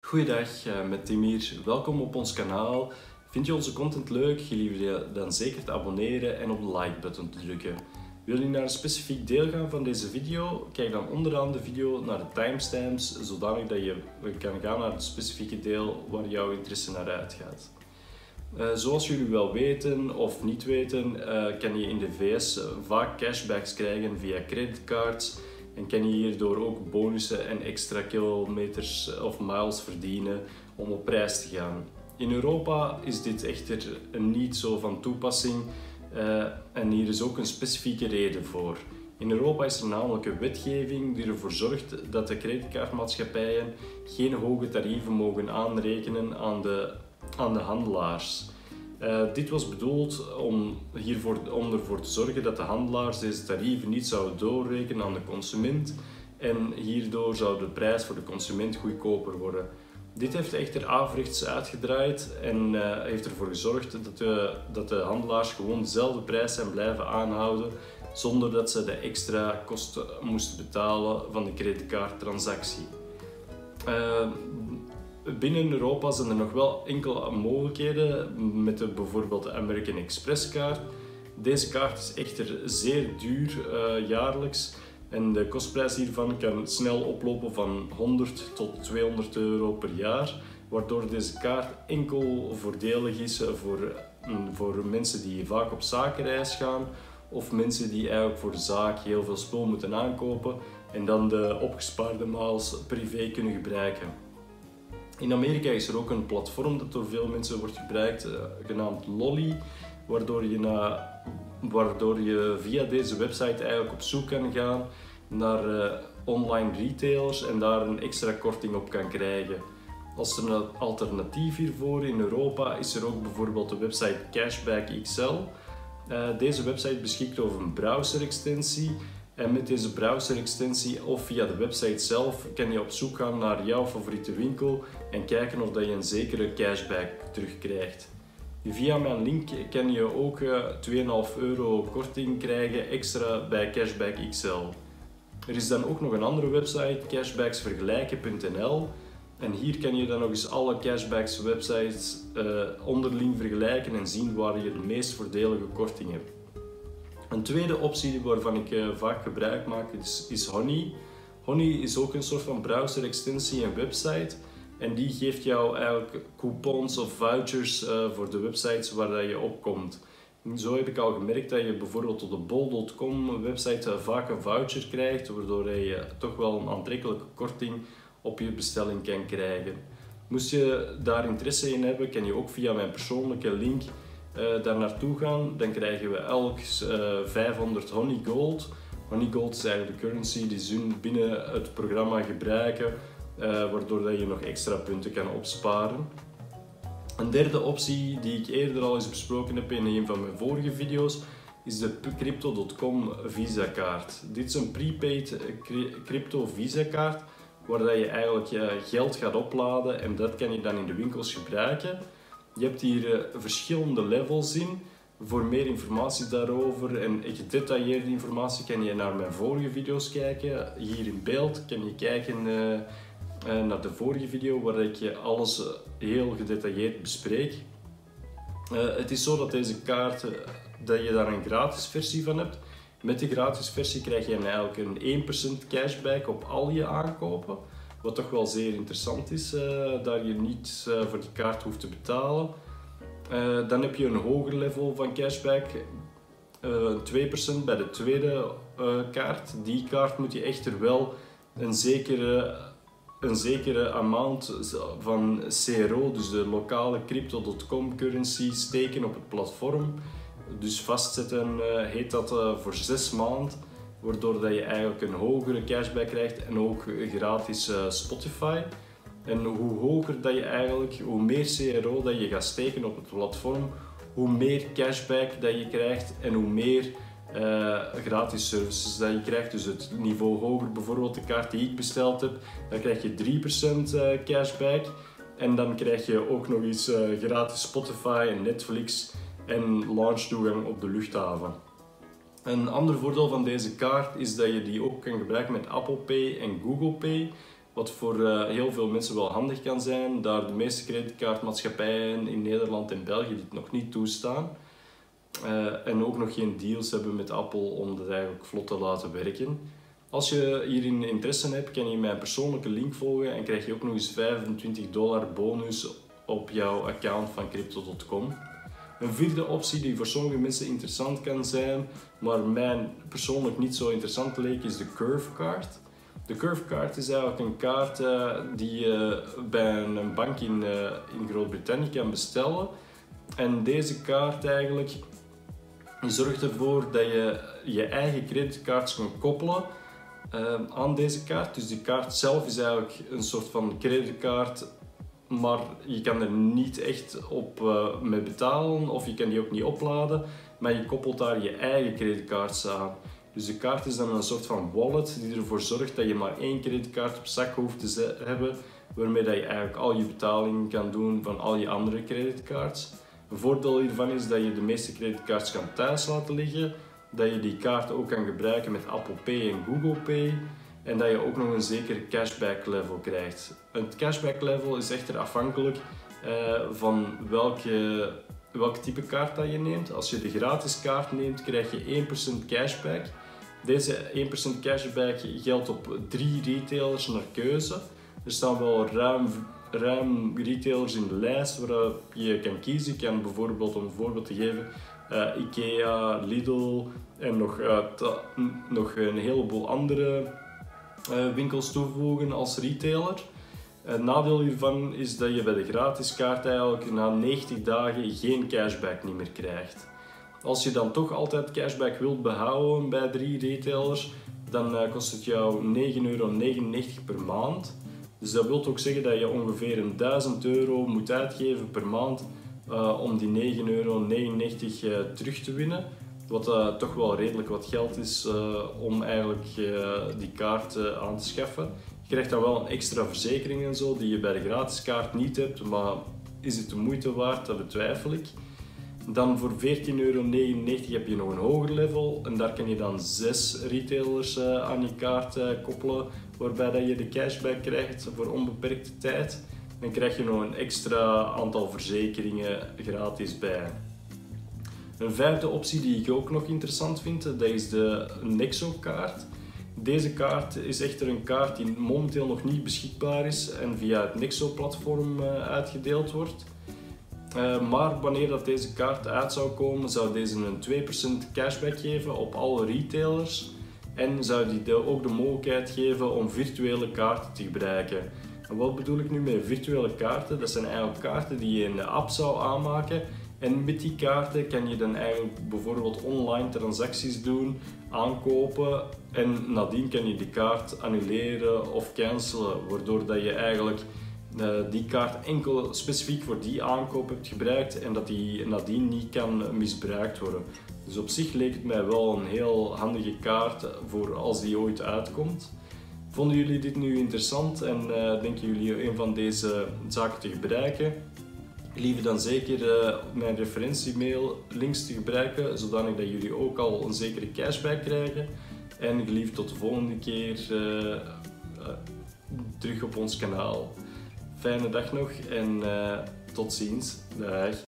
Goeiedag, met Tim hier. Welkom op ons kanaal. Vind je onze content leuk? Gelieve je dan zeker te abonneren en op de like-button te drukken. Wil je naar een specifiek deel gaan van deze video? Kijk dan onderaan de video naar de timestamps, zodanig dat je kan gaan naar het specifieke deel waar jouw interesse naar uitgaat. Zoals jullie wel weten of niet weten, kan je in de VS vaak cashbacks krijgen via creditcards. En kan je hierdoor ook bonussen en extra kilometers of miles verdienen om op reis te gaan. In Europa is dit echter niet zo van toepassing en hier is ook een specifieke reden voor. In Europa is er namelijk een wetgeving die ervoor zorgt dat de creditcardmaatschappijen geen hoge tarieven mogen aanrekenen aan de handelaars. Dit was bedoeld om ervoor te zorgen dat de handelaars deze tarieven niet zouden doorrekenen aan de consument en hierdoor zou de prijs voor de consument goedkoper worden. Dit heeft echter averechts uitgedraaid en heeft ervoor gezorgd dat de handelaars gewoon dezelfde prijs zijn blijven aanhouden zonder dat ze de extra kosten moesten betalen van de creditcardtransactie. Binnen Europa zijn er nog wel enkele mogelijkheden met bijvoorbeeld de American Express kaart. Deze kaart is echter zeer duur jaarlijks en de kostprijs hiervan kan snel oplopen van 100 tot 200 euro per jaar, waardoor deze kaart enkel voordelig is voor mensen die vaak op zakenreis gaan of mensen die eigenlijk voor de zaak heel veel spul moeten aankopen en dan de opgespaarde miles privé kunnen gebruiken. In Amerika is er ook een platform dat door veel mensen wordt gebruikt, genaamd Lolly, waardoor je via deze website eigenlijk op zoek kan gaan naar online retailers en daar een extra korting op kan krijgen. Als er een alternatief hiervoor in Europa is er ook bijvoorbeeld de website Cashback XL. Deze website beschikt over een browser-extensie. En met deze browser-extensie of via de website zelf kan je op zoek gaan naar jouw favoriete winkel en kijken of je een zekere cashback terugkrijgt. Via mijn link kan je ook 2,5 euro korting krijgen extra bij Cashback XL. Er is dan ook nog een andere website, cashbacksvergelijken.nl. En hier kan je dan nog eens alle cashbacks websites onderling vergelijken en zien waar je de meest voordelige korting hebt. Een tweede optie waarvan ik vaak gebruik maak is Honey. Honey is ook een soort van browser-extensie en website. En die geeft jou eigenlijk coupons of vouchers voor de websites waar je op komt. Zo heb ik al gemerkt dat je bijvoorbeeld op de bol.com website vaak een voucher krijgt, waardoor je toch wel een aantrekkelijke korting op je bestelling kan krijgen. Moest je daar interesse in hebben, kan je ook via mijn persoonlijke link daar naartoe gaan. Dan krijgen we elk 500 Honey Gold. Honey Gold is eigenlijk de currency die ze binnen het programma gebruiken, waardoor dat je nog extra punten kan opsparen. Een derde optie die ik eerder al eens besproken heb in een van mijn vorige video's is de Crypto.com Visa kaart. Dit is een prepaid crypto Visa kaart waar dat je eigenlijk geld gaat opladen en dat kan je dan in de winkels gebruiken. Je hebt hier verschillende levels in. Voor meer informatie daarover en gedetailleerde informatie kan je naar mijn vorige video's kijken. Hier in beeld kan je kijken naar de vorige video waar ik alles heel gedetailleerd bespreek. Het is zo dat deze kaart, dat je daar een gratis versie van hebt. Met de gratis versie krijg je eigenlijk een 1% cashback op al je aankopen. Wat toch wel zeer interessant is, dat je niet voor die kaart hoeft te betalen. Dan heb je een hoger level van cashback, 2% bij de tweede kaart. Die kaart moet je echter wel een zekere amount van CRO, dus de lokale Crypto.com currency, steken op het platform. Dus vastzetten heet dat voor 6 maanden. Waardoor dat je eigenlijk een hogere cashback krijgt en ook gratis Spotify. En hoe hoger dat je eigenlijk, hoe meer CRO dat je gaat steken op het platform, hoe meer cashback dat je krijgt en hoe meer gratis services dat je krijgt. Dus het niveau hoger, bijvoorbeeld de kaart die ik besteld heb, dan krijg je 3% cashback. En dan krijg je ook nog eens gratis Spotify en Netflix en launchtoegang op de luchthaven. Een ander voordeel van deze kaart is dat je die ook kan gebruiken met Apple Pay en Google Pay. wat voor heel veel mensen wel handig kan zijn, daar de meeste creditcardmaatschappijen in Nederland en België dit nog niet toestaan. En ook nog geen deals hebben met Apple om dat eigenlijk vlot te laten werken. Als je hierin interesse hebt, kan je mijn persoonlijke link volgen en krijg je ook nog eens $25 bonus op jouw account van Crypto.com. Een vierde optie die voor sommige mensen interessant kan zijn, maar mij persoonlijk niet zo interessant leek, is de Curve Card. De Curve Card is eigenlijk een kaart die je bij een bank in Groot-Brittannië kan bestellen. En deze kaart eigenlijk zorgt ervoor dat je je eigen creditcards kan koppelen aan deze kaart. Dus die kaart zelf is eigenlijk een soort van creditcard, maar je kan er niet echt op mee betalen of je kan die ook niet opladen, maar je koppelt daar je eigen creditcards aan. Dus de kaart is dan een soort van wallet die ervoor zorgt dat je maar één creditcard op zak hoeft te hebben, waarmee dat je eigenlijk al je betalingen kan doen van al je andere creditcards. Een voordeel hiervan is dat je de meeste creditcards kan thuis laten liggen, dat je die kaart ook kan gebruiken met Apple Pay en Google Pay en dat je ook nog een zeker cashback level krijgt. Het cashback level is echter afhankelijk van welk type kaart dat je neemt. Als je de gratis kaart neemt, krijg je 1% cashback. Deze 1% cashback geldt op 3 retailers naar keuze. Er staan wel ruim retailers in de lijst waar je kan kiezen. Je kan bijvoorbeeld, om een voorbeeld te geven, IKEA, Lidl en nog een heleboel andere winkels toevoegen als retailer. Het nadeel hiervan is dat je bij de gratis kaart eigenlijk na 90 dagen geen cashback niet meer krijgt. Als je dan toch altijd cashback wilt behouden bij 3 retailers, dan kost het jou €9,99 per maand. Dus dat wil ook zeggen dat je ongeveer €1.000 moet uitgeven per maand om die €9,99 terug te winnen. Wat toch wel redelijk wat geld is om eigenlijk die kaart aan te schaffen. Je krijgt dan wel een extra verzekering en zo die je bij de gratis kaart niet hebt, maar is het de moeite waard? Dat betwijfel ik. Dan voor €14,99 heb je nog een hoger level en daar kan je dan 6 retailers aan je kaart koppelen, waarbij dat je de cashback krijgt voor onbeperkte tijd. Dan krijg je nog een extra aantal verzekeringen gratis bij. Een vijfde optie die ik ook nog interessant vind, dat is de Nexo-kaart. Deze kaart is echter een kaart die momenteel nog niet beschikbaar is en via het Nexo-platform uitgedeeld wordt. Maar wanneer dat deze kaart uit zou komen, zou deze een 2% cashback geven op alle retailers en zou die ook de mogelijkheid geven om virtuele kaarten te gebruiken. En wat bedoel ik nu met virtuele kaarten? Dat zijn eigenlijk kaarten die je in de app zou aanmaken. En met die kaarten kan je dan eigenlijk bijvoorbeeld online transacties doen, aankopen en nadien kan je die kaart annuleren of cancelen, waardoor dat je eigenlijk die kaart enkel specifiek voor die aankoop hebt gebruikt en dat die nadien niet kan misbruikt worden. Dus op zich leek het mij wel een heel handige kaart voor als die ooit uitkomt. Vonden jullie dit nu interessant en denken jullie een van deze zaken te gebruiken? Lieve dan zeker mijn referentiemail links te gebruiken, zodanig dat jullie ook al een zekere cashback krijgen. En geliefd tot de volgende keer terug op ons kanaal. Fijne dag nog en tot ziens. Dag.